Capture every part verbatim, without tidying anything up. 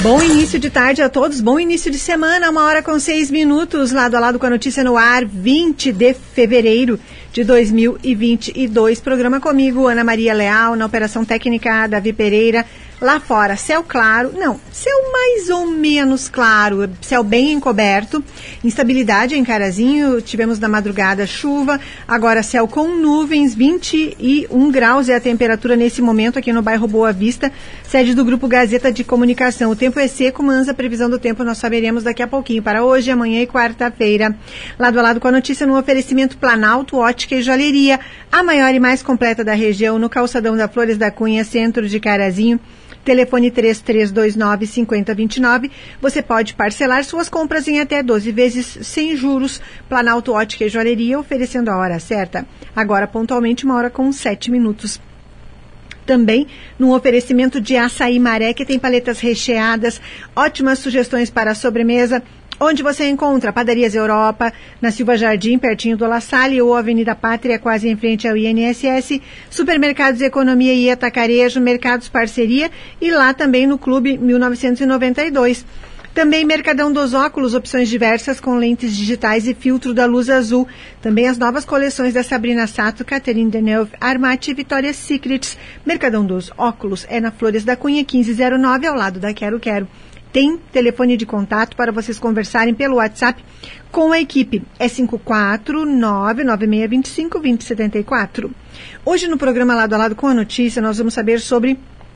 Bom início de tarde a todos, bom início de semana, uma hora com seis minutos, lado a lado com a notícia no ar, vinte de fevereiro de dois mil e vinte e dois. Programa comigo, Ana Maria Leal, na operação técnica, Davi Pereira. Lá fora, céu claro, não, céu mais ou menos claro, céu bem encoberto, instabilidade em Carazinho, tivemos na madrugada chuva, agora céu com nuvens, vinte e um graus é a temperatura nesse momento aqui no bairro Boa Vista, sede do Grupo Gazeta de Comunicação. O tempo é seco, mas a previsão do tempo nós saberemos daqui a pouquinho, para hoje, amanhã e quarta-feira. Lado a lado com a notícia no oferecimento Planalto, Ótica e Joalheria, a maior e mais completa da região, no calçadão da Flores da Cunha, centro de Carazinho. Telefone três três dois nove, cinco zero dois nove. Você pode parcelar suas compras em até doze vezes sem juros. Planalto Ótica e Joalheria, oferecendo a hora certa. Agora, pontualmente, uma hora com sete minutos. Também no oferecimento de Açaí Maré, que tem paletas recheadas, ótimas sugestões para a sobremesa. Onde você encontra Padarias Europa, na Silva Jardim, pertinho do La Salle, ou Avenida Pátria, quase em frente ao I N S S, Supermercados Economia e Atacarejo, Mercados Parceria, e lá também no Clube mil novecentos e noventa e dois. Também Mercadão dos Óculos, opções diversas com lentes digitais e filtro da luz azul. Também as novas coleções da Sabrina Sato, Catherine Deneuve, Armati e Victoria's Secrets. Mercadão dos Óculos é na Flores da Cunha, quinze zero nove, ao lado da Quero Quero. Tem telefone de contato para vocês conversarem pelo WhatsApp com a equipe. É cinco quatro nove nove seis dois cinco, dois zero sete quatro. Hoje no programa Lado a Lado com a Notícia, nós vamos saber sobre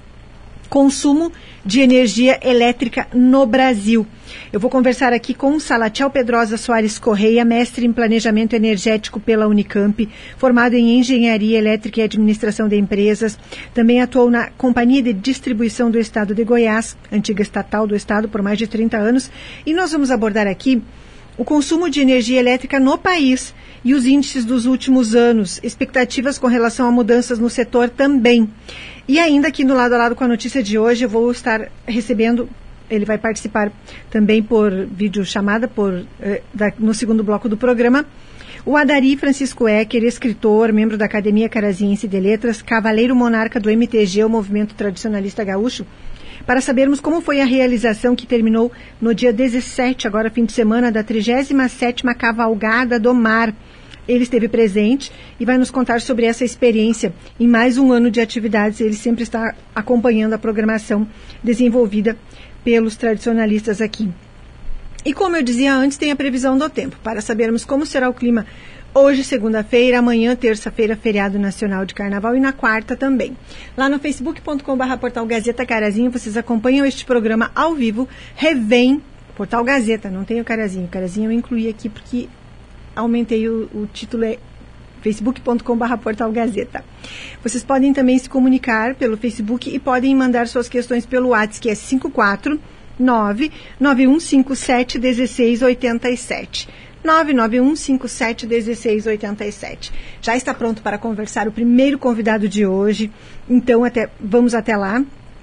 consumo de energia elétrica no Brasil. Eu vou conversar aqui com Salatiel Pedrosa Soares Correia, mestre em Planejamento Energético pela Unicamp, formado em Engenharia Elétrica e Administração de Empresas. Também atuou na Companhia de Distribuição do Estado de Goiás, antiga estatal do Estado, por mais de trinta anos. E nós vamos abordar aqui o consumo de energia elétrica no país e os índices dos últimos anos, expectativas com relação a mudanças no setor também. E ainda aqui no Lado a Lado com a notícia de hoje, eu vou estar recebendo, ele vai participar também por videochamada, por, eh, da, no segundo bloco do programa, o Adari Francisco Ecker, escritor, membro da Academia Caraziense de Letras, cavaleiro monarca do M T G, o Movimento Tradicionalista Gaúcho, para sabermos como foi a realização que terminou no dia dezessete, agora fim de semana, da trigésima sétima Cavalgada do Mar. Ele esteve presente e vai nos contar sobre essa experiência em mais um ano de atividades. Ele sempre está acompanhando a programação desenvolvida pelos tradicionalistas aqui. E como eu dizia antes, tem a previsão do tempo, para sabermos como será o clima hoje, segunda-feira, amanhã, terça-feira, feriado nacional de carnaval, e na quarta também. Lá no facebook ponto com barra portal Gazeta Carazinho, vocês acompanham este programa ao vivo, revém, portal Gazeta, não tem o Carazinho, o Carazinho eu incluí aqui porque aumentei o, o título, é facebook ponto com barra portal Gazeta. Vocês podem também se comunicar pelo Facebook e podem mandar suas questões pelo WhatsApp, que é cinco quatro nove nove um cinco sete um seis oito sete. nove nove um cinco sete um seis oito sete. Já está pronto para conversar o primeiro convidado de hoje, então até, vamos até lá,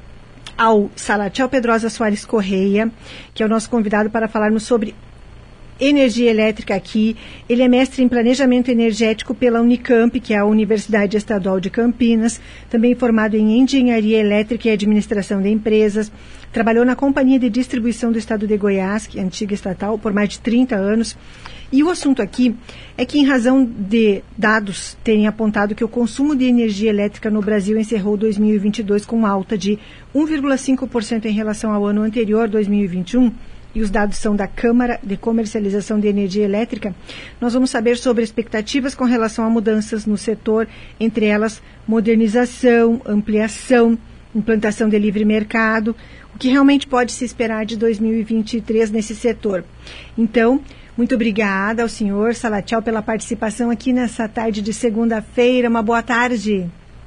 ao Salatiel Pedrosa Soares Correia, que é o nosso convidado para falarmos sobre energia elétrica aqui. Ele é mestre em Planejamento Energético pela Unicamp, que é a Universidade Estadual de Campinas, também formado em Engenharia Elétrica e Administração de Empresas, trabalhou na Companhia de Distribuição do Estado de Goiás, que é a antiga estatal, por mais de trinta anos. E o assunto aqui é que, em razão de dados terem apontado que o consumo de energia elétrica no Brasil encerrou dois mil e vinte e dois com alta de um vírgula cinco por cento em relação ao ano anterior, dois mil e vinte e um, e os dados são da Câmara de Comercialização de Energia Elétrica, nós vamos saber sobre expectativas com relação a mudanças no setor, entre elas modernização, ampliação, implantação de livre mercado, o que realmente pode se esperar de dois mil e vinte e três nesse setor. Então, muito obrigada ao senhor Salatiel pela participação aqui nessa tarde de segunda-feira. Uma boa tarde.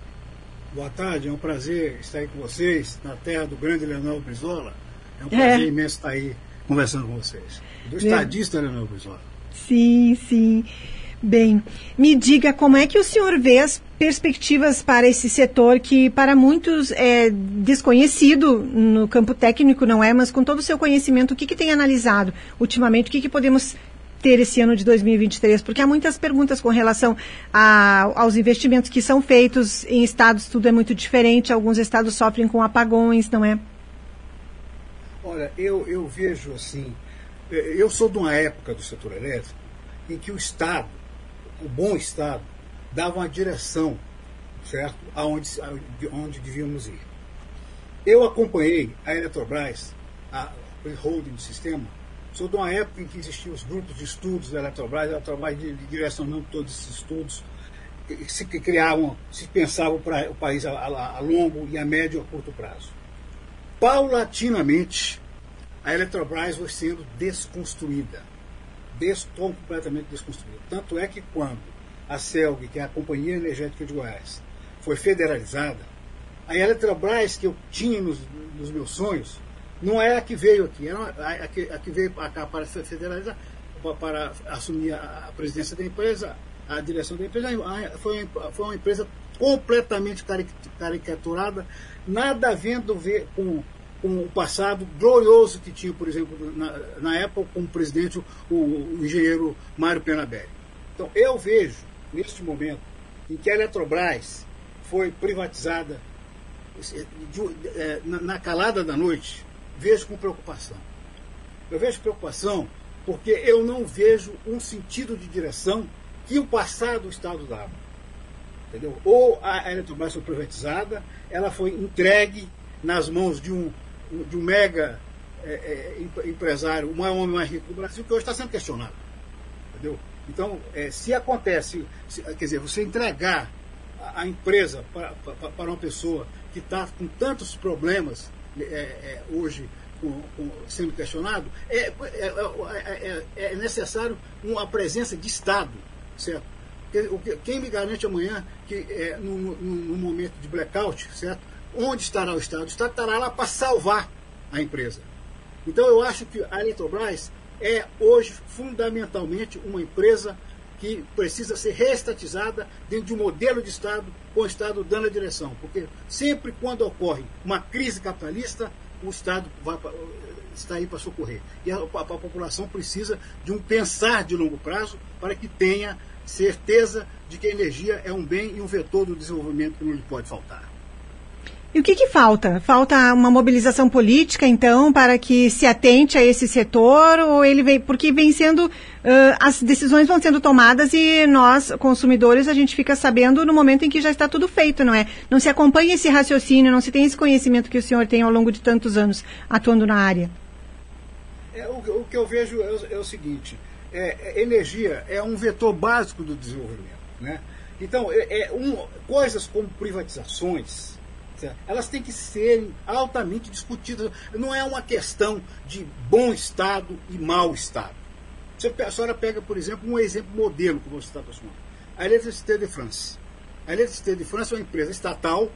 Boa tarde, é um prazer estar aí com vocês, na terra do grande Leonel Brizola. É um prazer é. imenso estar aí conversando com vocês. Do estadista Leonel Brizola. Sim, sim. Bem, me diga como é que o senhor vê as perspectivas para esse setor que para muitos é desconhecido no campo técnico, não é? Mas com todo o seu conhecimento, o que, que tem analisado ultimamente, o que, que podemos ter esse ano de dois mil e vinte e três? Porque há muitas perguntas com relação a, aos investimentos que são feitos em estados, tudo é muito diferente, alguns estados sofrem com apagões, não é? Olha, eu, eu vejo assim, eu sou de uma época do setor elétrico em que o Estado, o bom Estado, dava uma direção, certo, aonde, aonde devíamos ir. Eu acompanhei a Eletrobras, a holding do sistema, sou de uma época em que existiam os grupos de estudos da Eletrobras, a Eletrobras de, de direcionando todos esses estudos, que se criavam, se pensavam para o país a, a, a longo e a médio e a curto prazo. Paulatinamente, a Eletrobras foi sendo desconstruída, des, completamente desconstruída. Tanto é que quando a CELG, que é a Companhia Energética de Goiás, foi federalizada, a Eletrobras que eu tinha nos, nos meus sonhos não é a que veio aqui, era a, a, que, a que veio cá para ser federalizada, para, para assumir a, a presidência da empresa, a direção da empresa. Foi, foi uma empresa completamente caricaturada, nada havendo a ver com, com o passado glorioso que tinha, por exemplo, na, na época, como presidente, o, o engenheiro Mário Penabelli. Então, eu vejo, neste momento, em que a Eletrobras foi privatizada de, de, na, na calada da noite, vejo com preocupação. Eu vejo preocupação porque eu não vejo um sentido de direção que o passado Estado dava. Entendeu? Ou a Eletrobras foi privatizada, ela foi entregue nas mãos de um, de um mega é, é, empresário, o maior homem mais rico do Brasil, que hoje está sendo questionado. Entendeu? Então, é, se acontece, se, quer dizer, você entregar a, a empresa para, para, para uma pessoa que está com tantos problemas é, é, hoje com, com, sendo questionado, é, é, é, é necessário uma presença de Estado, certo? Quem me garante amanhã que é, no, no, no momento de blackout, certo? Onde estará o Estado? O Estado estará lá para salvar a empresa. Então eu acho que a Eletrobras é hoje fundamentalmente uma empresa que precisa ser reestatizada dentro de um modelo de Estado, com o Estado dando a direção. Porque sempre quando ocorre uma crise capitalista, o Estado vai pra, está aí para socorrer. E a, a, a população precisa de um pensar de longo prazo para que tenha certeza de que a energia é um bem e um vetor do desenvolvimento que não lhe pode faltar. E o que, que falta? Falta uma mobilização política, então, para que se atente a esse setor, ou ele vem, porque vem sendo, uh, as decisões vão sendo tomadas e nós, consumidores, a gente fica sabendo no momento em que já está tudo feito, não é? Não se acompanha esse raciocínio, não se tem esse conhecimento que o senhor tem ao longo de tantos anos atuando na área. É, o, o que eu vejo é o, é o seguinte, é, é, energia é um vetor básico do desenvolvimento, né? Então, é, é um, coisas como privatizações, elas têm que serem altamente discutidas. Não é uma questão de bom Estado e mau Estado. Você, a senhora pega, por exemplo, um exemplo modelo que você está acostumado. A Électricité de France. A Électricité de France é uma empresa estatal,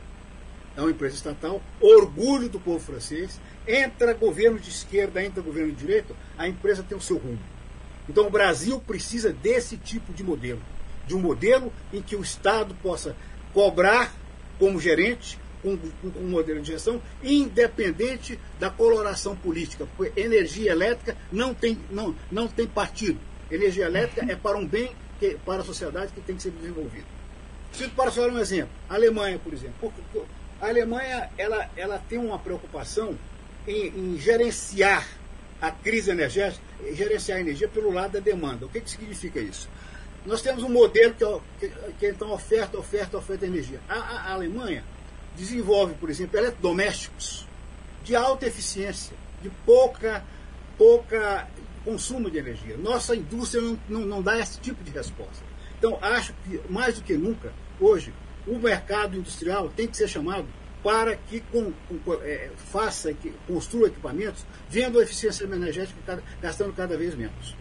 é uma empresa estatal, orgulho do povo francês. Entra governo de esquerda, entra governo de direita, a empresa tem o seu rumo. Então o Brasil precisa desse tipo de modelo. De um modelo em que o Estado possa cobrar como gerente, com um modelo de gestão independente da coloração política, porque energia elétrica não tem, não, não tem partido. Energia elétrica é para um bem que, para a sociedade que tem que ser desenvolvido. Cito para a senhora um exemplo. A Alemanha, por exemplo. A Alemanha ela, ela tem uma preocupação em, em gerenciar a crise energética, gerenciar a energia pelo lado da demanda. O que, que significa isso? Nós temos um modelo que, que, que então oferta, oferta, oferta energia. A, a, a Alemanha desenvolve, por exemplo, eletrodomésticos de alta eficiência, de pouca, pouca consumo de energia. Nossa indústria não, não, não dá esse tipo de resposta. Então, acho que, mais do que nunca, hoje, o mercado industrial tem que ser chamado para que com, com, é, faça, que construa equipamentos, vendo a eficiência energética gastando cada vez menos.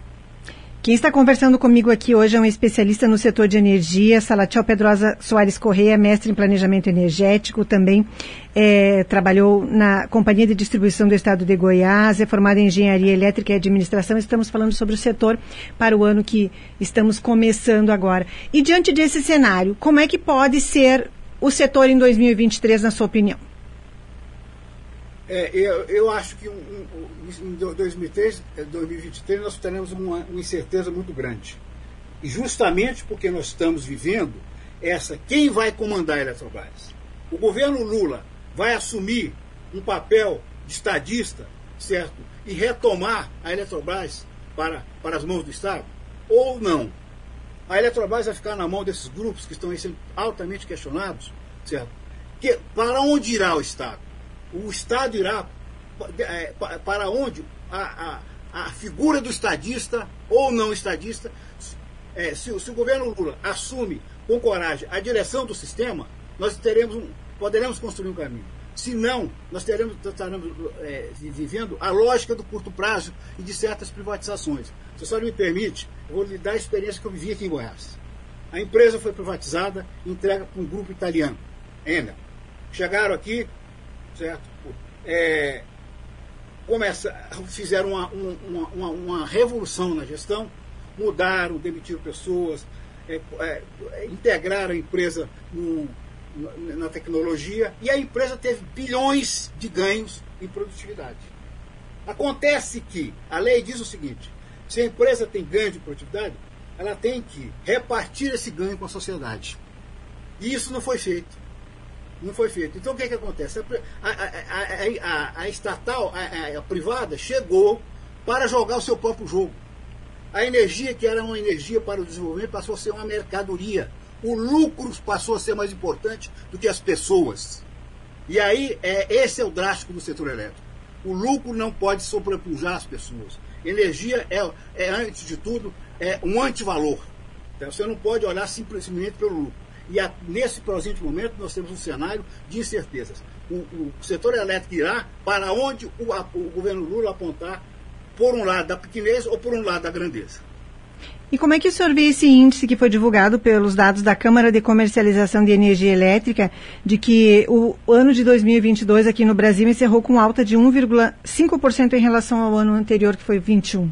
Quem está conversando comigo aqui hoje é um especialista no setor de energia, Salatiel Pedrosa Soares Correia, mestre em planejamento energético, também é, trabalhou na Companhia de Distribuição do Estado de Goiás, é formado em Engenharia Elétrica e Administração. Estamos falando sobre o setor para o ano que estamos começando agora. E diante desse cenário, como é que pode ser o setor em dois mil e vinte e três, na sua opinião? É, eu, eu acho que um, um, em dois mil e três, dois mil e vinte e três nós teremos uma, uma incerteza muito grande. E justamente porque nós estamos vivendo essa, quem vai comandar a Eletrobras? O governo Lula vai assumir um papel de estadista certo? E retomar a Eletrobras para, para as mãos do Estado, ou não. A Eletrobras vai ficar na mão desses grupos que estão aí sendo altamente questionados, certo? Que, para onde irá o Estado? O Estado irá é, para onde a, a, a figura do estadista ou não estadista, é, se, se o governo Lula assume com coragem a direção do sistema, nós teremos um, poderemos construir um caminho. Se não, nós teremos, estaremos é, vivendo a lógica do curto prazo e de certas privatizações. Se a senhora me permite, eu vou lhe dar a experiência que eu vivi aqui em Goiás. A empresa foi privatizada e entregue para um grupo italiano, Enel. Chegaram aqui, certo? É, começa, fizeram uma, uma, uma, uma revolução na gestão, mudaram, demitiram pessoas, é, é, integraram a empresa no, na tecnologia, e a empresa teve bilhões de ganhos em produtividade. Acontece que a lei diz o seguinte: se a empresa tem ganho de produtividade, ela tem que repartir esse ganho com a sociedade. E isso não foi feito. Não foi feito. Então o que é que acontece? A, a, a, a, a estatal, a, a privada, chegou para jogar o seu próprio jogo. A energia, que era uma energia para o desenvolvimento, passou a ser uma mercadoria. O lucro passou a ser mais importante do que as pessoas. E aí, é, esse é o drástico do setor elétrico. O lucro não pode sobrepujar as pessoas. Energia é, é antes de tudo, é um antivalor. Então, você não pode olhar simplesmente pelo lucro. E a, nesse presente momento nós temos um cenário de incertezas. O, o setor elétrico irá para onde o, a, o governo Lula apontar, por um lado da pequenez ou por um lado da grandeza. E como é que o senhor vê esse índice que foi divulgado pelos dados da Câmara de Comercialização de Energia Elétrica, de que o ano de dois mil e vinte e dois aqui no Brasil encerrou com alta de um vírgula cinco por cento em relação ao ano anterior, que foi vinte e um?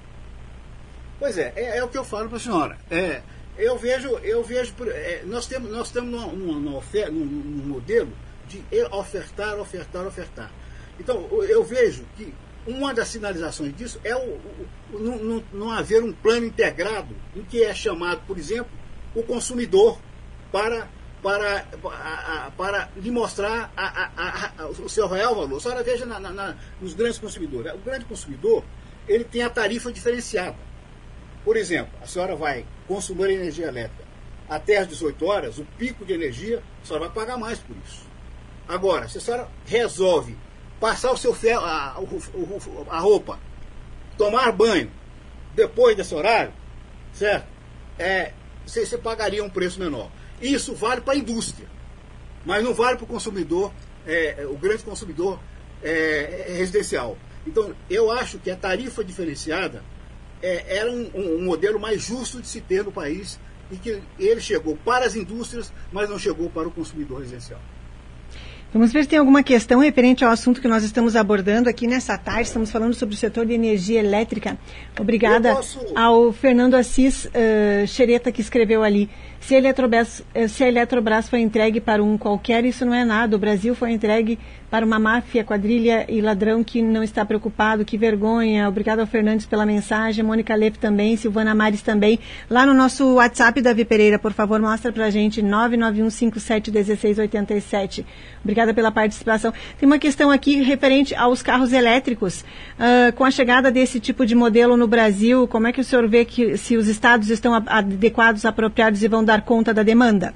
Pois é, é, é o que eu falo para a senhora. É, eu vejo, eu vejo é, nós temos, nós estamos numa, numa oferta, num, num modelo de ofertar, ofertar, ofertar. Então, eu vejo que uma das sinalizações disso é o, o, o, não, não haver um plano integrado em que é chamado, por exemplo, o consumidor para, para, para, para lhe mostrar a, a, a, o seu real valor. A senhora veja na, na, nos grandes consumidores. O grande consumidor, ele tem a tarifa diferenciada. Por exemplo, a senhora vai consumir energia elétrica até às dezoito horas, o pico de energia, a senhora vai pagar mais por isso. Agora, se a senhora resolve passar o seu ferro, a, a roupa, tomar banho depois desse horário, certo? É, você, você pagaria um preço menor. Isso vale para a indústria, mas não vale para o consumidor, é, o grande consumidor é, residencial. Então, eu acho que a tarifa diferenciada é, era um, um modelo mais justo de se ter no país, e que ele chegou para as indústrias, mas não chegou para o consumidor residencial. Vamos ver se tem alguma questão referente ao assunto que nós estamos abordando aqui nessa tarde. Estamos falando sobre o setor de energia elétrica. Obrigada posso... ao Fernando Assis uh, Xereta, que escreveu ali. Se a, Eletrobras, se a Eletrobras foi entregue para um qualquer, isso não é nada. O Brasil foi entregue para uma máfia, quadrilha e ladrão que não está preocupado. Que vergonha. Obrigado ao Fernandes pela mensagem. Mônica Lepe também, Silvana Mares também. Lá no nosso WhatsApp, Davi Pereira, por favor, mostra pra gente nove nove um cinco sete um seis oito sete. Obrigada pela participação. Tem uma questão aqui referente aos carros elétricos. Uh, com a chegada desse tipo de modelo no Brasil, como é que o senhor vê que se os estados estão adequados, apropriados e vão dar conta da demanda?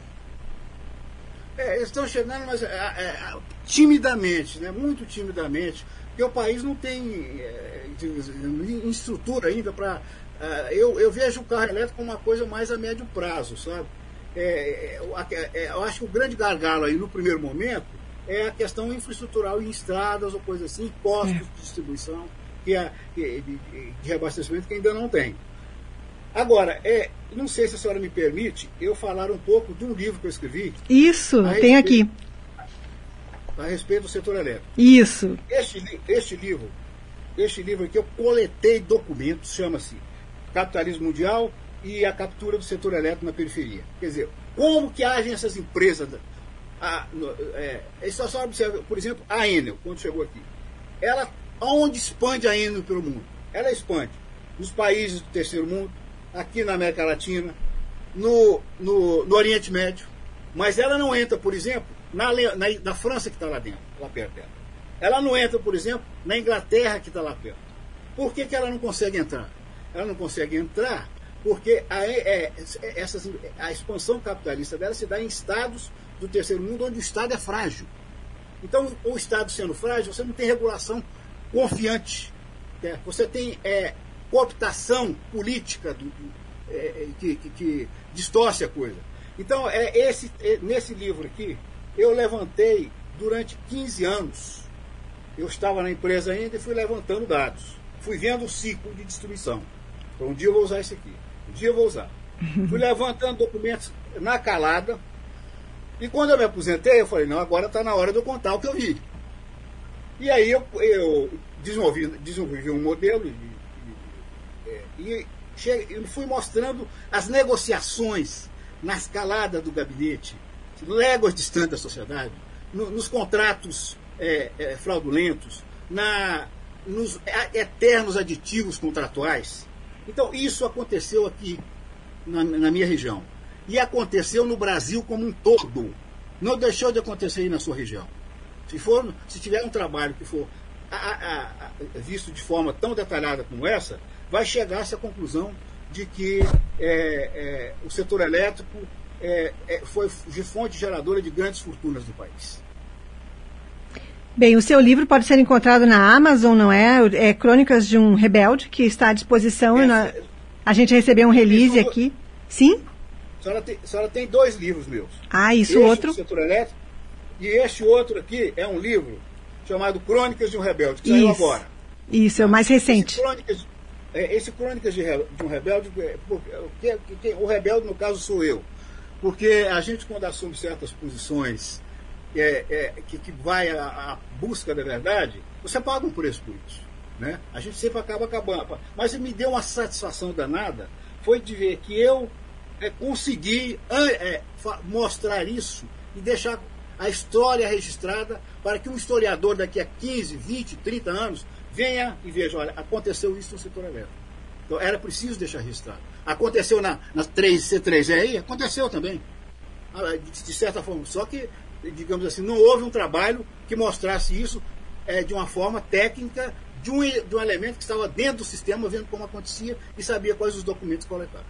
É, eles estão chegando, mas é, é, timidamente, né? Muito timidamente, porque o país não tem é, estrutura ainda para... É, eu, eu vejo o carro elétrico como uma coisa mais a médio prazo, sabe? É, é, é, eu acho que o grande gargalo aí no primeiro momento é a questão infraestrutural em estradas ou coisa assim, postos é. de distribuição, que é, de, de, de reabastecimento que ainda não tem. Agora, é, não sei se a senhora me permite eu falar um pouco de um livro que eu escrevi. Isso, tem aqui. A respeito do setor elétrico. Isso. Este, este livro, este livro aqui eu coletei documentos, chama-se Capitalismo Mundial e a Captura do Setor Elétrico na Periferia. Quer dizer, como que agem essas empresas? A, é, só só observa, por exemplo, a Enel, quando chegou aqui. Ela, onde expande a Enel pelo mundo? Ela expande nos países do terceiro mundo, aqui na América Latina, no, no, no Oriente Médio, mas ela não entra, por exemplo, na, na, na França, que está lá dentro, lá perto dela. Ela não entra, por exemplo, na Inglaterra, que está lá perto. Por que, que ela não consegue entrar? Ela não consegue entrar porque a, é, essas, a expansão capitalista dela se dá em estados do terceiro mundo, onde o Estado é frágil. Então, o Estado sendo frágil, você não tem regulação confiante. Né? Você tem é, cooptação política do, é, que, que, que distorce a coisa. Então, é, esse, é, nesse livro aqui, eu levantei durante quinze anos. Eu estava na empresa ainda e fui levantando dados. Fui vendo o ciclo de destruição. Então, um dia eu vou usar esse aqui. Um dia eu vou usar. Fui levantando documentos na calada. E quando eu me aposentei, eu falei, não, agora está na hora de eu contar o que eu vi. E aí eu, eu desenvolvi, desenvolvi um modelo e, e, e cheguei, eu fui mostrando as negociações na escalada do gabinete, léguas distantes da sociedade, no, nos contratos é, é, fraudulentos, na, nos eternos aditivos contratuais. Então, isso aconteceu aqui na, na minha região. E aconteceu no Brasil como um todo. Não deixou de acontecer aí na sua região. Se, for, se tiver um trabalho que for a, a, a, visto de forma tão detalhada como essa, vai chegar-se à conclusão de que é, é, o setor elétrico é, é, foi de fonte geradora de grandes fortunas do país. Bem, o seu livro pode ser encontrado na Amazon, não é? É Crônicas de um Rebelde, que está à disposição. Essa, na... A gente recebeu um release isso, aqui. Sim? A senhora, tem, a senhora tem dois livros meus. Ah, isso, este outro? Do setor elétrico, e este outro aqui é um livro chamado Crônicas de um Rebelde, que saiu agora. Isso, é o mais recente. Esse Crônicas, é, esse Crônicas de, de um Rebelde, é, porque, que, que, o rebelde, no caso, sou eu. Porque a gente, quando assume certas posições é, é, que, que vai à, à busca da verdade, você paga um preço por isso. Né? A gente sempre acaba acabando. Mas me deu uma satisfação danada, foi de ver que eu é, consegui é, mostrar isso e deixar a história registrada para que um historiador daqui a quinze, vinte, trinta anos venha e veja, olha, aconteceu isso no setor elétrico. Então era preciso deixar registrado. Aconteceu na, na C três E aí? Aconteceu também. De, de certa forma. Só que, digamos assim, não houve um trabalho que mostrasse isso é, de uma forma técnica, de um, de um elemento que estava dentro do sistema, vendo como acontecia e sabia quais os documentos coletados.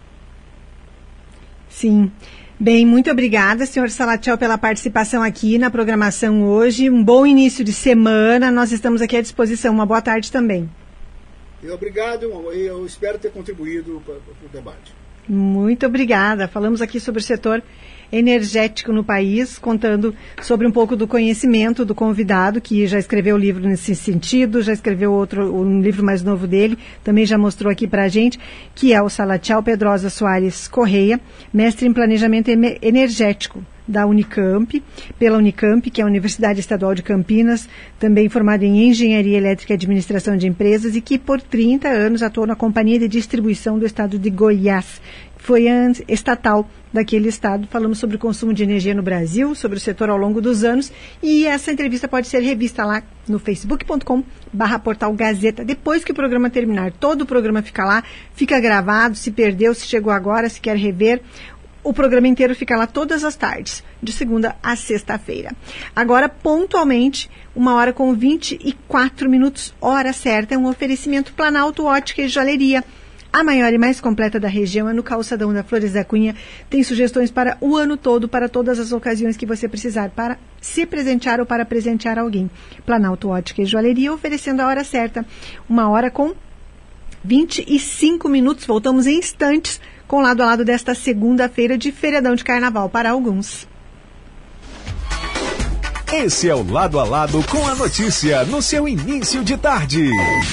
Sim. Bem, muito obrigada, senhor Salatiel, pela participação aqui na programação hoje. Um bom início de semana. Nós estamos aqui à disposição. Uma boa tarde também. Obrigado. Eu espero ter contribuído para o debate. Muito obrigada. Falamos aqui sobre o setor energético no país, contando sobre um pouco do conhecimento do convidado, que já escreveu o livro nesse sentido, já escreveu outro, um livro mais novo dele, também já mostrou aqui para a gente, que é o Salatiel Pedrosa Soares Correia, mestre em planejamento energético da Unicamp, pela Unicamp, que é a Universidade Estadual de Campinas, também formado em Engenharia Elétrica e Administração de Empresas e que por trinta anos atuou na Companhia de Distribuição do Estado de Goiás, foi a estatal daquele estado. Falamos sobre o consumo de energia no Brasil, sobre o setor ao longo dos anos, e essa entrevista pode ser revista lá no facebook ponto com barra portal Gazeta. Depois que o programa terminar, todo o programa fica lá, fica gravado, se perdeu, se chegou agora, se quer rever, o programa inteiro fica lá todas as tardes, de segunda a sexta-feira. Agora, pontualmente, uma hora com vinte e quatro minutos, hora certa, é um oferecimento Planalto Ótica e Joalheria. A maior e mais completa da região é no calçadão da Flores da Cunha. Tem sugestões para o ano todo, para todas as ocasiões que você precisar, para se presentear ou para presentear alguém. Planalto Ótica e Joalheria, oferecendo a hora certa. Uma hora com vinte e cinco minutos. Voltamos em instantes com lado a lado desta segunda-feira de feriadão de carnaval para alguns. Esse é o Lado a Lado com a notícia no seu início de tarde.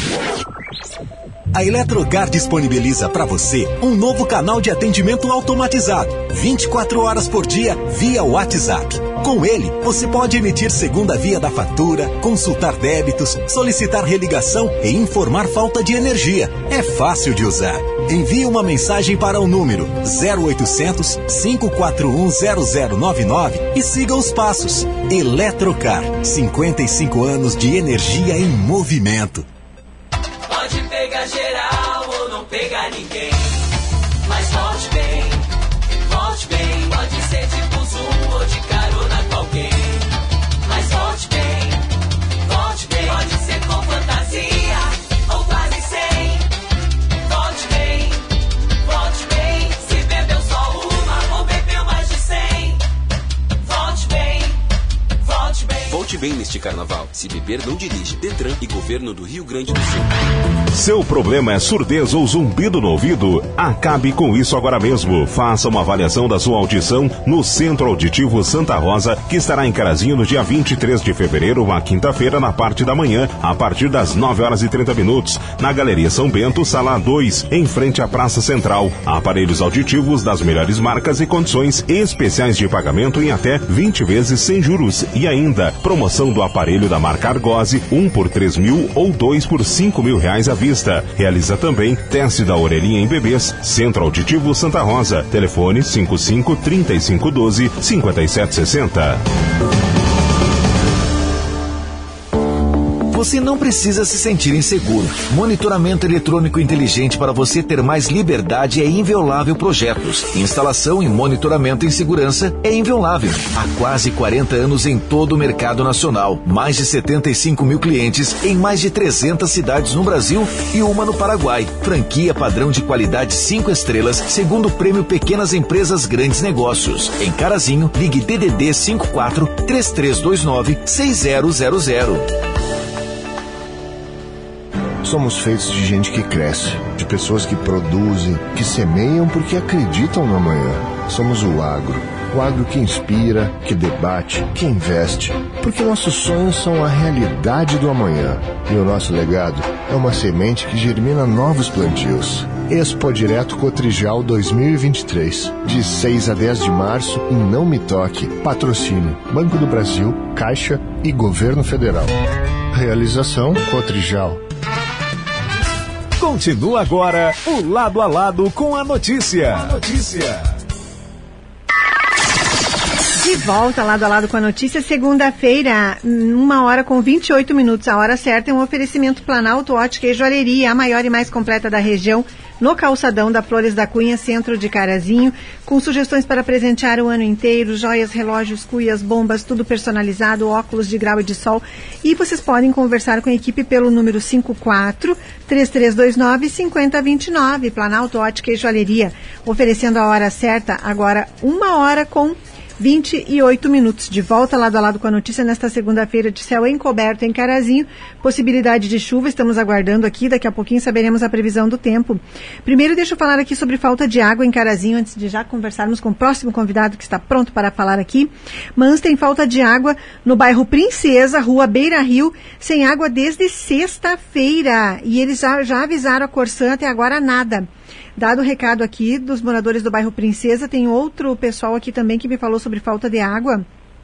A Eletrocar disponibiliza para você um novo canal de atendimento automatizado, vinte e quatro horas por dia, via WhatsApp. Com ele, você pode emitir segunda via da fatura, consultar débitos, solicitar religação e informar falta de energia. É fácil de usar. Envie uma mensagem para o número zero oitocentos, cinco quatro um, zero zero nove nove e siga os passos. Eletrocar, cinquenta e cinco anos de energia em movimento. Pode pegar geral ou não pegar ninguém, mas volte bem, volte bem. Pode ser de Zoom ou de carona com alguém, mas volte bem, volte bem. neste carnaval. Se beber, não dirige. Detran e Governo do Rio Grande do Sul. Seu problema é surdez ou zumbido no ouvido? Acabe com isso agora mesmo. Faça uma avaliação da sua audição no Centro Auditivo Santa Rosa, que estará em Carazinho no dia vinte e três de fevereiro, uma quinta-feira, na parte da manhã, a partir das nove horas e trinta minutos, na Galeria São Bento, sala dois, em frente à Praça Central. Aparelhos auditivos das melhores marcas e condições especiais de pagamento em até vinte vezes sem juros. E ainda, promoção do aparelho da marca Argose, um por três mil ou dois por cinco mil reais à vista. Realiza também teste da orelhinha em bebês. Centro Auditivo Santa Rosa. Telefone cinco cinco, trinta e cinco, doze, cinquenta e sete sessenta. Você não precisa se sentir inseguro. Monitoramento eletrônico inteligente para você ter mais liberdade é Inviolável Projetos. Instalação e monitoramento em segurança é Inviolável. Há quase quarenta anos em todo o mercado nacional. Mais de setenta e cinco mil clientes em mais de trezentas cidades no Brasil e uma no Paraguai. Franquia padrão de qualidade cinco estrelas, segundo o prêmio Pequenas Empresas Grandes Negócios. Em Carazinho, ligue D D D cinco quatro, três três dois nove, seis zero zero zero. Somos feitos de gente que cresce, de pessoas que produzem, que semeiam porque acreditam no amanhã. Somos o agro. O agro que inspira, que debate, que investe. Porque nossos sonhos são a realidade do amanhã. E o nosso legado é uma semente que germina novos plantios. Expo Direto Cotrijal dois mil e vinte e três. De seis a dez de março, em Não Me Toque. Patrocínio Banco do Brasil, Caixa e Governo Federal. Realização Cotrijal. Continua agora o Lado a Lado com a notícia. A notícia. De volta, lado a lado com a notícia, segunda-feira, uma hora com vinte e oito minutos. A hora certa é um oferecimento Planalto Ótica e Joalheria, a maior e mais completa da região, no calçadão da Flores da Cunha, centro de Carazinho, com sugestões para presentear o ano inteiro, joias, relógios, cuias, bombas, tudo personalizado, óculos de grau e de sol. E vocês podem conversar com a equipe pelo número cinco quatro, três três dois nove, cinco zero dois nove, Planalto Ótica e Joalheria, oferecendo a hora certa, agora uma hora com vinte e oito minutos. De volta lado a lado com a notícia nesta segunda-feira, de céu encoberto em Carazinho, possibilidade de chuva, estamos aguardando aqui, daqui a pouquinho saberemos a previsão do tempo. Primeiro deixa eu falar aqui sobre falta de água em Carazinho, antes de já conversarmos com o próximo convidado que está pronto para falar aqui. Mas tem falta de água no bairro Princesa, rua Beira Rio, sem água desde sexta-feira, e eles já, já avisaram a Corsan, até agora nada. Dado o recado aqui dos moradores do bairro Princesa, tem outro pessoal aqui também que me falou sobre falta de água.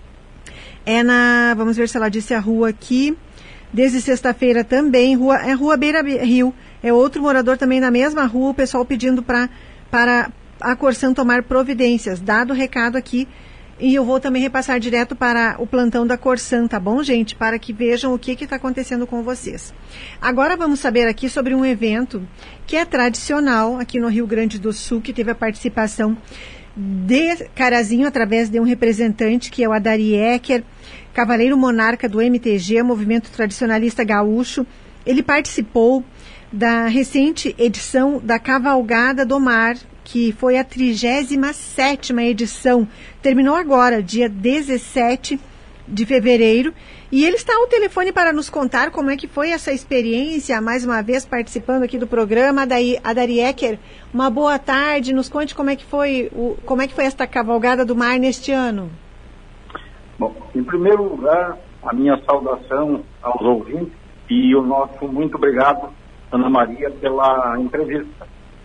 É na, vamos ver se ela disse a rua aqui, desde sexta-feira também, rua, é rua Beira Rio. É outro morador também na mesma rua, o pessoal pedindo pra, para a Corsan tomar providências. Dado o recado aqui, e eu vou também repassar direto para o plantão da Corsan, tá bom, gente? Para que vejam o que está acontecendo com vocês. Agora vamos saber aqui sobre um evento que é tradicional aqui no Rio Grande do Sul, que teve a participação de Carazinho através de um representante, que é o Adari Ecker, cavaleiro monarca do M T G, Movimento Tradicionalista Gaúcho. Ele participou da recente edição da Cavalgada do Mar, que foi a trigésima sétima edição. Terminou agora, dia dezessete de fevereiro. E ele está ao telefone para nos contar como é que foi essa experiência, mais uma vez participando aqui do programa. Daí, Adari Ecker, uma boa tarde. Nos conte como é que foi, o, como é que foi esta Cavalgada do Mar neste ano. Bom, em primeiro lugar, a minha saudação aos ouvintes e o nosso muito obrigado, Ana Maria, pela entrevista.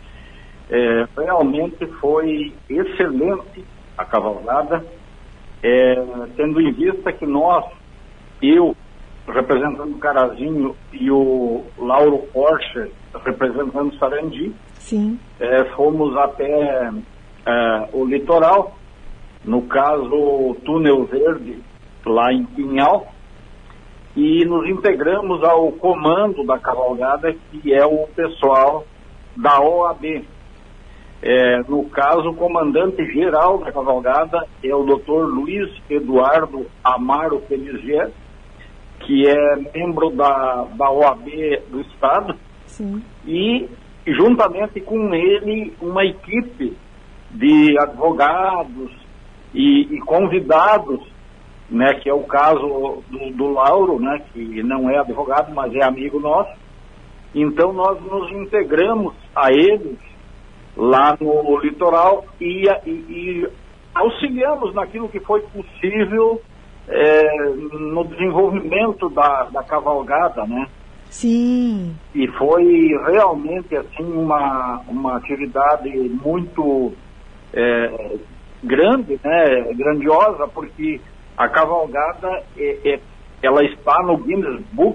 É, realmente foi excelente a cavalgada, é, tendo em vista que nós, eu representando Carazinho e o Lauro Porcher representando Sarandi, Sim. É, fomos até é, o litoral, no caso o Túnel Verde, lá em Pinhal, e nos integramos ao comando da cavalgada, que é o pessoal da O A B. É, no caso, o comandante-geral da cavalgada é o doutor Luiz Eduardo Amaro Pelizier, que é membro da, da O A B do Estado. Sim. E, juntamente com ele, uma equipe de advogados e, e convidados né, que é o caso do, do Lauro, né, que não é advogado, mas é amigo nosso. Então nós nos integramos a eles lá no litoral e, e, e auxiliamos naquilo que foi possível é, no desenvolvimento da, da cavalgada, né? Sim. E foi realmente assim uma, uma atividade muito é, grande, né? Grandiosa, porque a cavalgada é, é, ela está no Guinness Book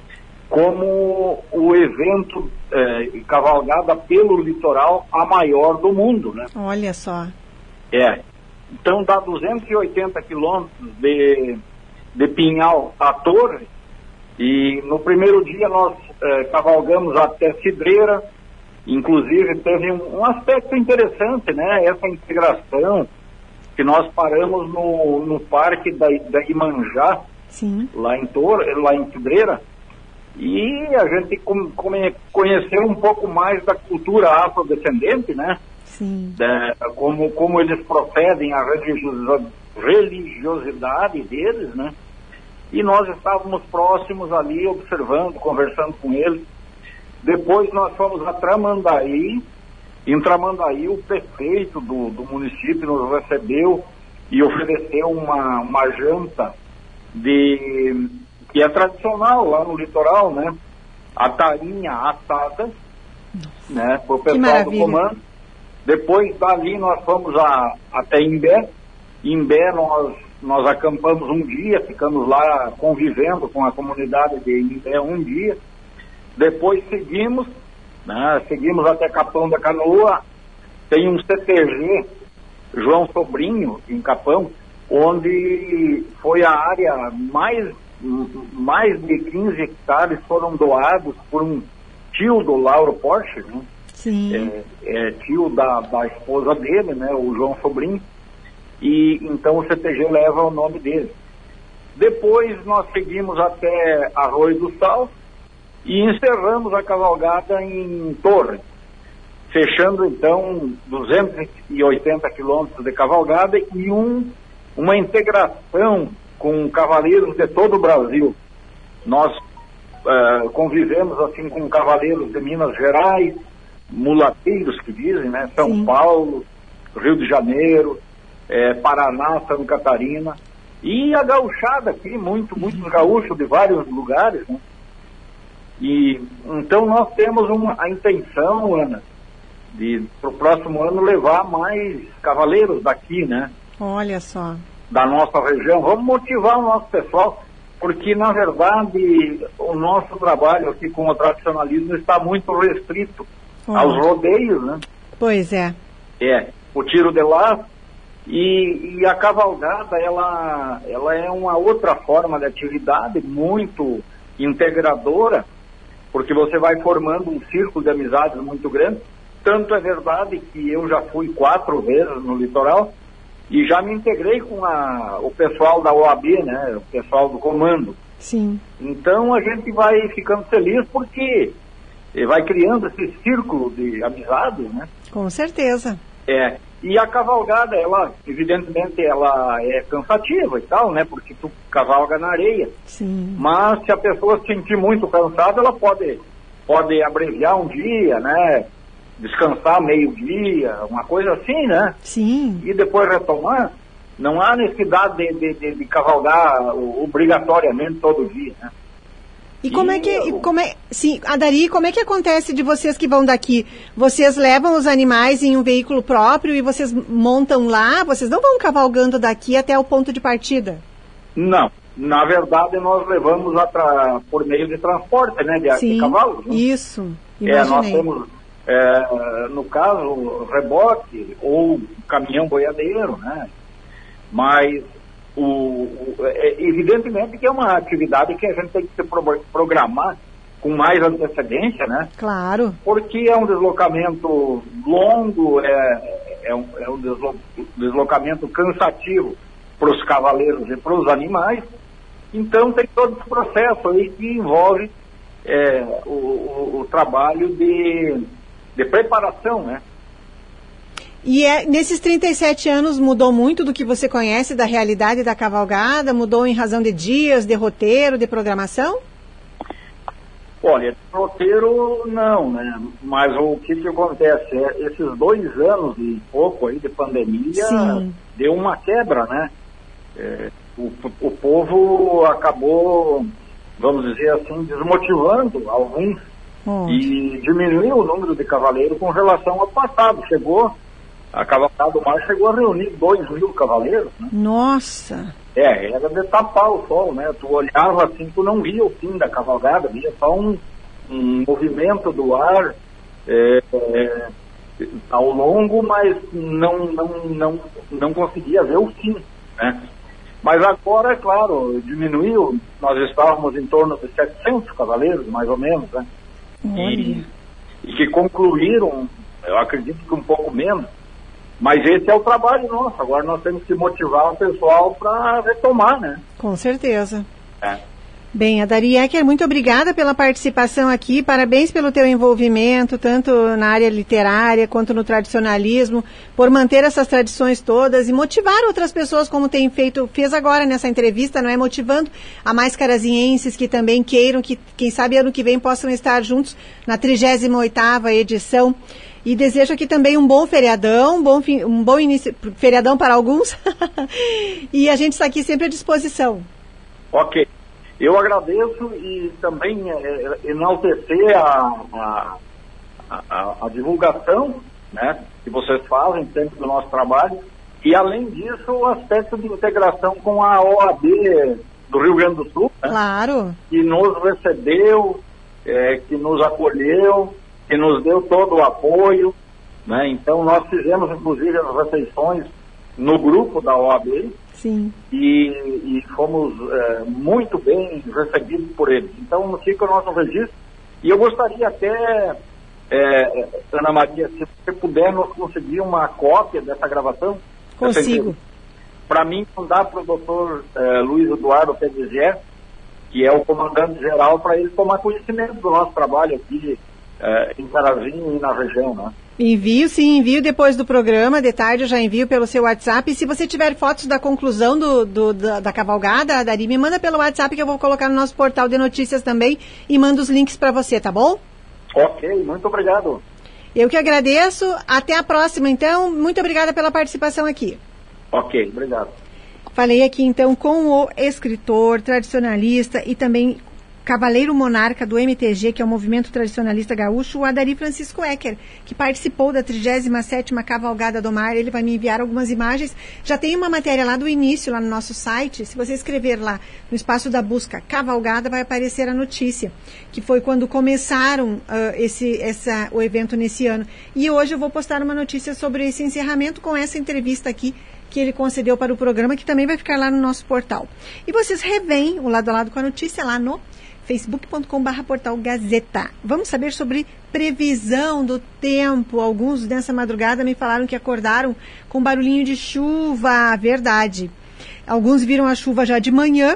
como o evento é, cavalgada pelo litoral a maior do mundo, né? Olha só. É. Então dá duzentos e oitenta quilômetros de, de Pinhal à Torre, e no primeiro dia nós é, cavalgamos até Cidreira. Inclusive teve um, um aspecto interessante, né? Essa integração que nós paramos no, no parque da, da Imanjá, sim, lá em Torre, lá em Cidreira. E a gente com, com, conheceu um pouco mais da cultura afrodescendente, né? Sim. É, como, como eles procedem, a religiosidade, religiosidade deles, né? E nós estávamos próximos ali, observando, conversando com eles. Depois nós fomos a Tramandaí. Em Tramandaí, o prefeito do, do município nos recebeu e ofereceu uma, uma janta de... que é tradicional lá no litoral, né? A tainha assada, né? Para o pessoal do comando. Depois dali nós fomos a, até Imbé. Imbé nós, nós acampamos um dia, ficamos lá convivendo com a comunidade de Imbé um dia. Depois seguimos, né? Seguimos até Capão da Canoa. Tem um C T G, João Sobrinho, em Capão, onde foi a área mais... mais de quinze hectares foram doados por um tio do Lauro Porsche, né? Sim. É, é tio da, da esposa dele, né? O João Sobrinho. E então o C T G leva o nome dele. Depois nós seguimos até Arroio do Sal e encerramos a cavalgada em Torre, fechando então duzentos e oitenta quilômetros de cavalgada e um, uma integração com cavaleiros de todo o Brasil. Nós uh, convivemos assim com cavaleiros de Minas Gerais, mulateiros que dizem, né? São Sim. Paulo, Rio de Janeiro, eh, Paraná, Santa Catarina, e a gauchada aqui, muito, muitos gaúchos de vários lugares, né? E então nós temos uma, a intenção, Ana, de para o próximo ano levar mais cavaleiros daqui, né? Olha só. Da nossa região. Vamos motivar o nosso pessoal, porque na verdade o nosso trabalho aqui com o tradicionalismo está muito restrito oh. aos rodeios, né? Pois é. É, o tiro de laço e, e a cavalgada, ela, ela é uma outra forma de atividade muito integradora, porque você vai formando um círculo de amizades muito grande. Tanto é verdade que eu já fui quatro vezes no litoral e já me integrei com a, o pessoal da O A B, né, o pessoal do comando. Sim. Então a gente vai ficando feliz porque vai criando esse círculo de amizades, né? Com certeza. É, e a cavalgada, ela, evidentemente, ela é cansativa e tal, né, porque tu cavalga na areia. Sim. Mas se a pessoa se sentir muito cansada, ela pode, pode abreviar um dia, né, descansar meio dia, uma coisa assim, né? Sim. E depois retomar. Não há necessidade de, de, de, de cavalgar obrigatoriamente todo dia, né? E como e é que, eu... como é, sim, Adari, como é que acontece de vocês que vão daqui? Vocês levam os animais em um veículo próprio e vocês montam lá? Vocês não vão cavalgando daqui até o ponto de partida? Não. Na verdade, nós levamos atra... por meio de transporte, né? De, sim, de cavalos. Né? Isso, imaginei. É, nós temos, é, no caso, reboque ou caminhão boiadeiro, né? Mas... O, o, é, evidentemente que é uma atividade que a gente tem que se pro, programar com mais antecedência, né? Claro. Porque é um deslocamento longo, é, é, um, é um deslo, deslocamento cansativo para os cavaleiros e para os animais. Então tem todo esse processo aí que envolve é, o, o, o trabalho de, de preparação, né? E é, nesses trinta e sete anos mudou muito do que você conhece da realidade da cavalgada? Mudou em razão de dias, de roteiro, de programação? Olha, roteiro não, né? Mas o que que acontece? É, esses dois anos e pouco aí de pandemia, sim, deu uma quebra, né? É, o, o povo acabou, vamos dizer assim, desmotivando alguns, oh, e diminuiu o número de cavaleiros com relação ao passado. Chegou, a Cavalgada do Mar chegou a reunir dois mil cavaleiros, né? Nossa! É, era de tapar o sol, né? Tu olhava assim, tu não via o fim da cavalgada, via só um, um movimento do ar é, é, ao longo, mas não, não, não, não conseguia ver o fim, né? Mas agora, é claro, diminuiu, nós estávamos em torno de setecentos cavaleiros, mais ou menos, né? E, e que concluíram, eu acredito que um pouco menos. Mas esse é o trabalho nosso. Agora nós temos que motivar o pessoal para retomar, né? Com certeza. É. Bem, Adari Ecker, muito obrigada pela participação aqui. Parabéns pelo teu envolvimento, tanto na área literária quanto no tradicionalismo, por manter essas tradições todas e motivar outras pessoas, como tem feito, fez agora nessa entrevista, não é? Motivando a mais carazinhenses que também queiram, que quem sabe ano que vem possam estar juntos na trigésima oitava edição. E desejo aqui também um bom feriadão, um bom, fim, um bom início, feriadão para alguns. E a gente está aqui sempre à disposição. Ok. Eu agradeço e também é, enaltecer a, a, a, a divulgação, né, que vocês fazem dentro do nosso trabalho. E, além disso, o aspecto de integração com a O A B do Rio Grande do Sul, né, claro, que nos recebeu, é, que nos acolheu, que nos deu todo o apoio, né? Então nós fizemos inclusive as refeições no grupo da O A B. Sim. E, e fomos é, muito bem recebidos por eles. Então fica o nosso registro. E eu gostaria até, é, Ana Maria, se você puder nos conseguir uma cópia dessa gravação. Consigo. Para mim, mandar para o doutor é, Luiz Eduardo Pedizier, que é o comandante geral, para ele tomar conhecimento do nosso trabalho aqui É, em Carazinho e na região, né? Envio, sim, envio depois do programa, de tarde eu já envio pelo seu WhatsApp. E se você tiver fotos da conclusão do, do, da, da cavalgada, Dari, me manda pelo WhatsApp que eu vou colocar no nosso portal de notícias também e mando os links para você, tá bom? Ok, muito obrigado. Eu que agradeço, até a próxima então, muito obrigada pela participação aqui. Ok, obrigado. Falei aqui então com o escritor, tradicionalista e também Cavaleiro Monarca do M T G, que é o Movimento Tradicionalista Gaúcho, o Adari Francisco Ecker, que participou da trigésima sétima Cavalgada do Mar. Ele vai me enviar algumas imagens. Já tem uma matéria lá do início, lá no nosso site. Se você escrever lá no espaço da busca Cavalgada, vai aparecer a notícia, que foi quando começaram uh, esse, essa, o evento nesse ano. E hoje eu vou postar uma notícia sobre esse encerramento com essa entrevista aqui que ele concedeu para o programa, que também vai ficar lá no nosso portal. E vocês revêem o lado a lado com a notícia lá no facebook ponto com barra portal Gazeta. Vamos saber sobre previsão do tempo. Alguns nessa madrugada me falaram que acordaram com barulhinho de chuva. Verdade. Alguns viram a chuva já de manhã.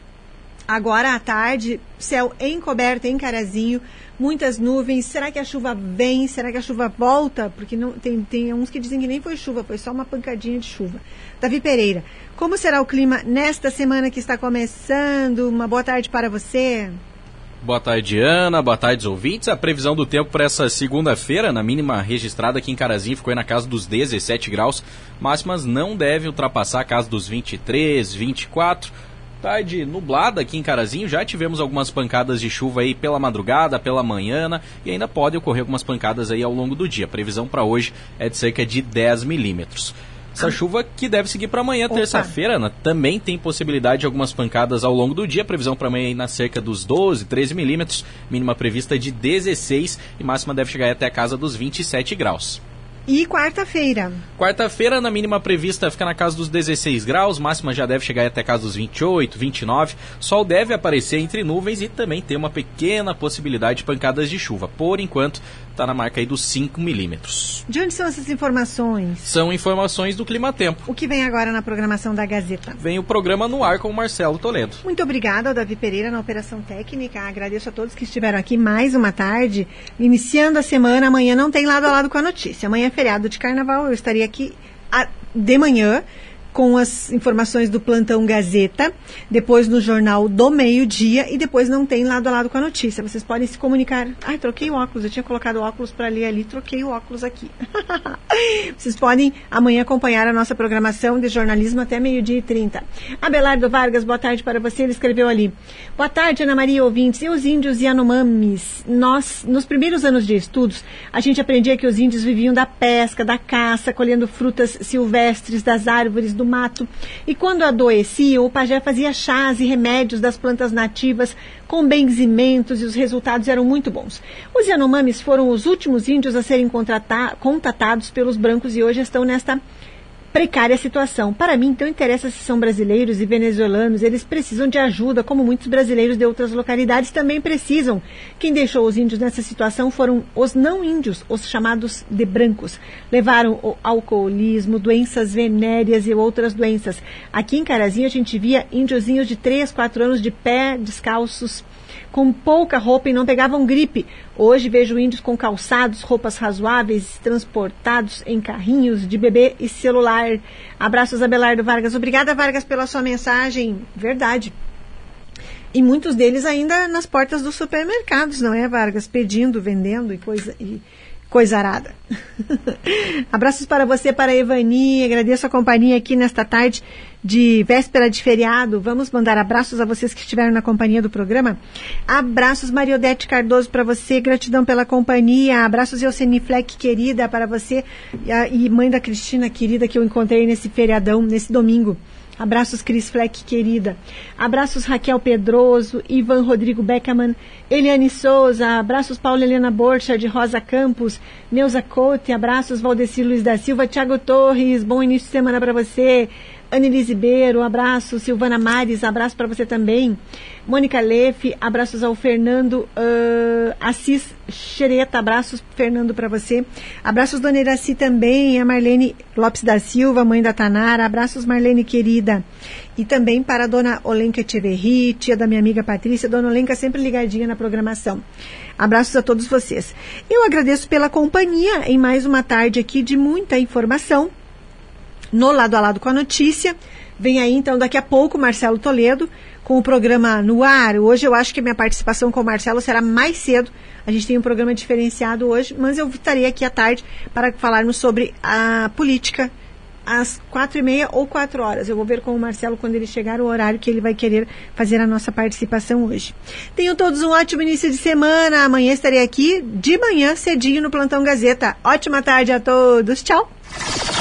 Agora à tarde, céu encoberto em Carazinho, muitas nuvens. Será que a chuva vem? Será que a chuva volta? Porque não, tem, tem uns que dizem que nem foi chuva, foi só uma pancadinha de chuva. Davi Pereira, como será o clima nesta semana que está começando? Uma boa tarde para você. Boa tarde, Ana. Boa tarde, ouvintes. A previsão do tempo para essa segunda-feira, na mínima registrada aqui em Carazinho, ficou aí na casa dos dezessete graus. Máximas não devem ultrapassar a casa dos vinte e três, vinte e quatro. Tarde nublada aqui em Carazinho, já tivemos algumas pancadas de chuva aí pela madrugada, pela manhã, e ainda pode ocorrer algumas pancadas aí ao longo do dia. A previsão para hoje é de cerca de dez milímetros. Essa chuva que deve seguir para amanhã, terça-feira, Ana, também tem possibilidade de algumas pancadas ao longo do dia. A previsão para amanhã é na cerca dos doze, treze milímetros, mínima prevista de dezesseis e máxima deve chegar até a casa dos vinte e sete graus. E quarta-feira? Quarta-feira, na mínima prevista, fica na casa dos dezesseis graus, máxima já deve chegar até a casa dos vinte e oito, vinte e nove. Sol deve aparecer entre nuvens e também tem uma pequena possibilidade de pancadas de chuva. Por enquanto, está na marca aí dos cinco milímetros. De onde são essas informações? São informações do Climatempo. O que vem agora na programação da Gazeta? Vem o programa No Ar com o Marcelo Toledo. Muito obrigada ao Davi Pereira na Operação Técnica. Agradeço a todos que estiveram aqui mais uma tarde, iniciando a semana. Amanhã não tem lado a lado com a notícia. Amanhã é feriado de carnaval. Eu estaria aqui a, de manhã com as informações do Plantão Gazeta, depois no Jornal do Meio-Dia e depois não tem lado a lado com a notícia. Vocês podem se comunicar. Ai, troquei o óculos, eu tinha colocado o óculos para ler ali, troquei o óculos aqui. Vocês podem amanhã acompanhar a nossa programação de jornalismo até meio-dia e trinta. Abelardo Vargas, boa tarde para você, ele escreveu ali. Boa tarde, Ana Maria ouvintes. E os índios Yanomamis? Nós, nos primeiros anos de estudos, a gente aprendia que os índios viviam da pesca, da caça, colhendo frutas silvestres das árvores, do mato, e quando adoeciam, o pajé fazia chás e remédios das plantas nativas com benzimentos e os resultados eram muito bons. Os Yanomamis foram os últimos índios a serem contatados pelos brancos e hoje estão nesta precária situação. Para mim, então, interessa se são brasileiros e venezuelanos, eles precisam de ajuda, como muitos brasileiros de outras localidades também precisam. Quem deixou os índios nessa situação foram os não índios, os chamados de brancos. Levaram o alcoolismo, doenças venéreas e outras doenças. Aqui em Carazinho a gente via índiozinhos de três, quatro anos de pé, descalços, com pouca roupa e não pegavam gripe. Hoje vejo índios com calçados, roupas razoáveis, transportados em carrinhos de bebê e celular. Abraços, Abelardo Vargas. Obrigada, Vargas, pela sua mensagem. Verdade. E muitos deles ainda nas portas dos supermercados, não é, Vargas? Pedindo, vendendo e coisa... E... coisa arada. Abraços para você, para a Evani, agradeço a companhia aqui nesta tarde de véspera de feriado. Vamos mandar abraços a vocês que estiveram na companhia do programa. Abraços, Mariodete Cardoso, para você, gratidão pela companhia. Abraços, Elceni Fleck, querida, para você e mãe da Cristina, querida, que eu encontrei nesse feriadão, nesse domingo. Abraços, Cris Fleck, querida. Abraços, Raquel Pedroso, Ivan Rodrigo Beckerman, Eliane Souza. Abraços, Paula Helena Borcha, de Rosa Campos, Neuza Cote. Abraços, Valdeci Luiz da Silva, Thiago Torres. Bom início de semana para você. Anelise Beiro, abraço. Silvana Mares, abraço para você também. Mônica Lefe, abraços ao Fernando uh, Assis Xereta, abraços, Fernando, para você. Abraços, Dona Iraci também, a Marlene Lopes da Silva, mãe da Tanara, abraços, Marlene, querida. E também para a Dona Olenka Echeverri, tia da minha amiga Patrícia, Dona Olenka sempre ligadinha na programação. Abraços a todos vocês. Eu agradeço pela companhia em mais uma tarde aqui de muita informação. No Lado a Lado com a Notícia, vem aí então daqui a pouco Marcelo Toledo com o programa No Ar. Hoje eu acho que a minha participação com o Marcelo será mais cedo, a gente tem um programa diferenciado hoje, mas eu estarei aqui à tarde para falarmos sobre a política às quatro e meia ou quatro horas. Eu vou ver com o Marcelo quando ele chegar o horário que ele vai querer fazer a nossa participação hoje. Tenham todos um ótimo início de semana, amanhã estarei aqui de manhã cedinho no Plantão Gazeta. Ótima tarde a todos, tchau!